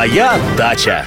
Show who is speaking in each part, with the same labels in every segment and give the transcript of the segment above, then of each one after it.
Speaker 1: Моя дача.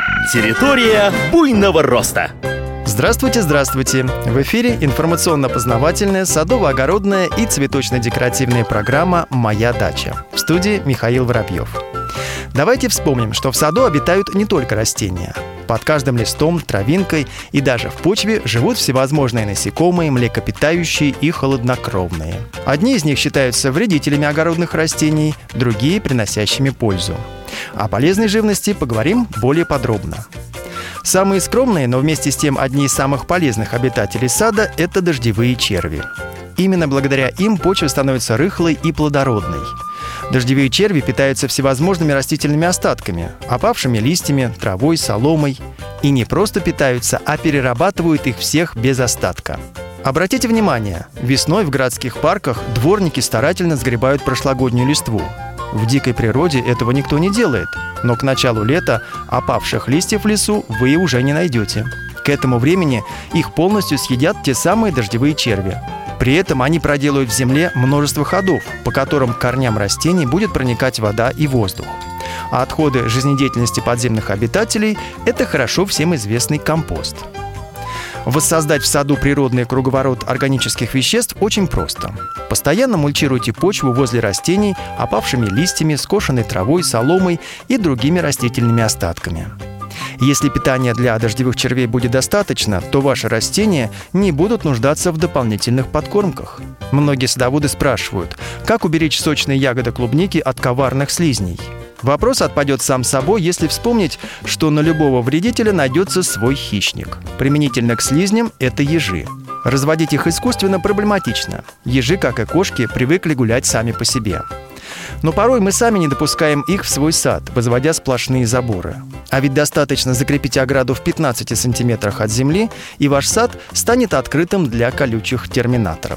Speaker 1: Территория буйного роста.
Speaker 2: Здравствуйте, здравствуйте! В эфире информационно-познавательная, садово-огородная и цветочно-декоративная программа «Моя дача». В студии Михаил Воробьев. Давайте вспомним, что в саду обитают не только растения. Под каждым листом, травинкой и даже в почве живут всевозможные насекомые, млекопитающие и холоднокровные. Одни из них считаются вредителями огородных растений, другие – приносящими пользу. О полезной живности поговорим более подробно. Самые скромные, но вместе с тем одни из самых полезных обитателей сада – это дождевые черви. Именно благодаря им почва становится рыхлой и плодородной. Дождевые черви питаются всевозможными растительными остатками, опавшими листьями, травой, соломой. И не просто питаются, а перерабатывают их всех без остатка. Обратите внимание, весной в городских парках дворники старательно сгребают прошлогоднюю листву. В дикой природе этого никто не делает, но к началу лета опавших листьев в лесу вы уже не найдете. К этому времени их полностью съедят те самые дождевые черви. При этом они проделают в земле множество ходов, по которым к корням растений будет проникать вода и воздух. А отходы жизнедеятельности подземных обитателей – это хорошо всем известный компост. Воссоздать в саду природный круговорот органических веществ очень просто. Постоянно мульчируйте почву возле растений опавшими листьями, скошенной травой, соломой и другими растительными остатками. Если питания для дождевых червей будет достаточно, то ваши растения не будут нуждаться в дополнительных подкормках. Многие садоводы спрашивают, как уберечь сочные ягоды клубники от коварных слизней. Вопрос отпадет сам собой, если вспомнить, что на любого вредителя найдется свой хищник. Применительно к слизням – это ежи. Разводить их искусственно проблематично. Ежи, как и кошки, привыкли гулять сами по себе. Но порой мы сами не допускаем их в свой сад, возводя сплошные заборы. А ведь достаточно закрепить ограду в 15 сантиметрах от земли, и ваш сад станет открытым для колючих терминаторов.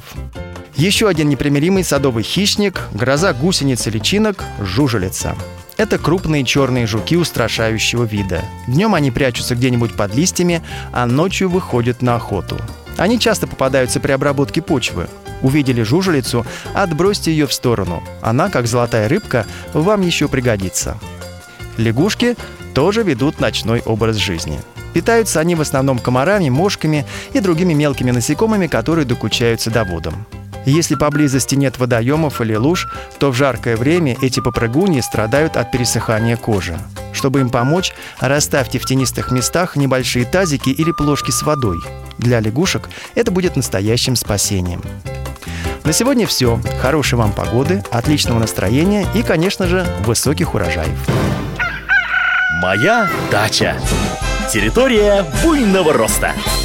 Speaker 2: Еще один непримиримый садовый хищник – гроза гусениц и личинок – жужелица. Это крупные черные жуки устрашающего вида. Днем они прячутся где-нибудь под листьями, а ночью выходят на охоту. Они часто попадаются при обработке почвы. Увидели жужелицу, отбросьте ее в сторону. Она, как золотая рыбка, вам еще пригодится. Лягушки тоже ведут ночной образ жизни. Питаются они в основном комарами, мошками и другими мелкими насекомыми, которые докучают садоводам. Если поблизости нет водоемов или луж, то в жаркое время эти попрыгуньи страдают от пересыхания кожи. Чтобы им помочь, расставьте в тенистых местах небольшие тазики или плошки с водой. Для лягушек это будет настоящим спасением. На сегодня все. Хорошей вам погоды, отличного настроения и, конечно же, высоких урожаев.
Speaker 1: Моя дача. Территория буйного роста.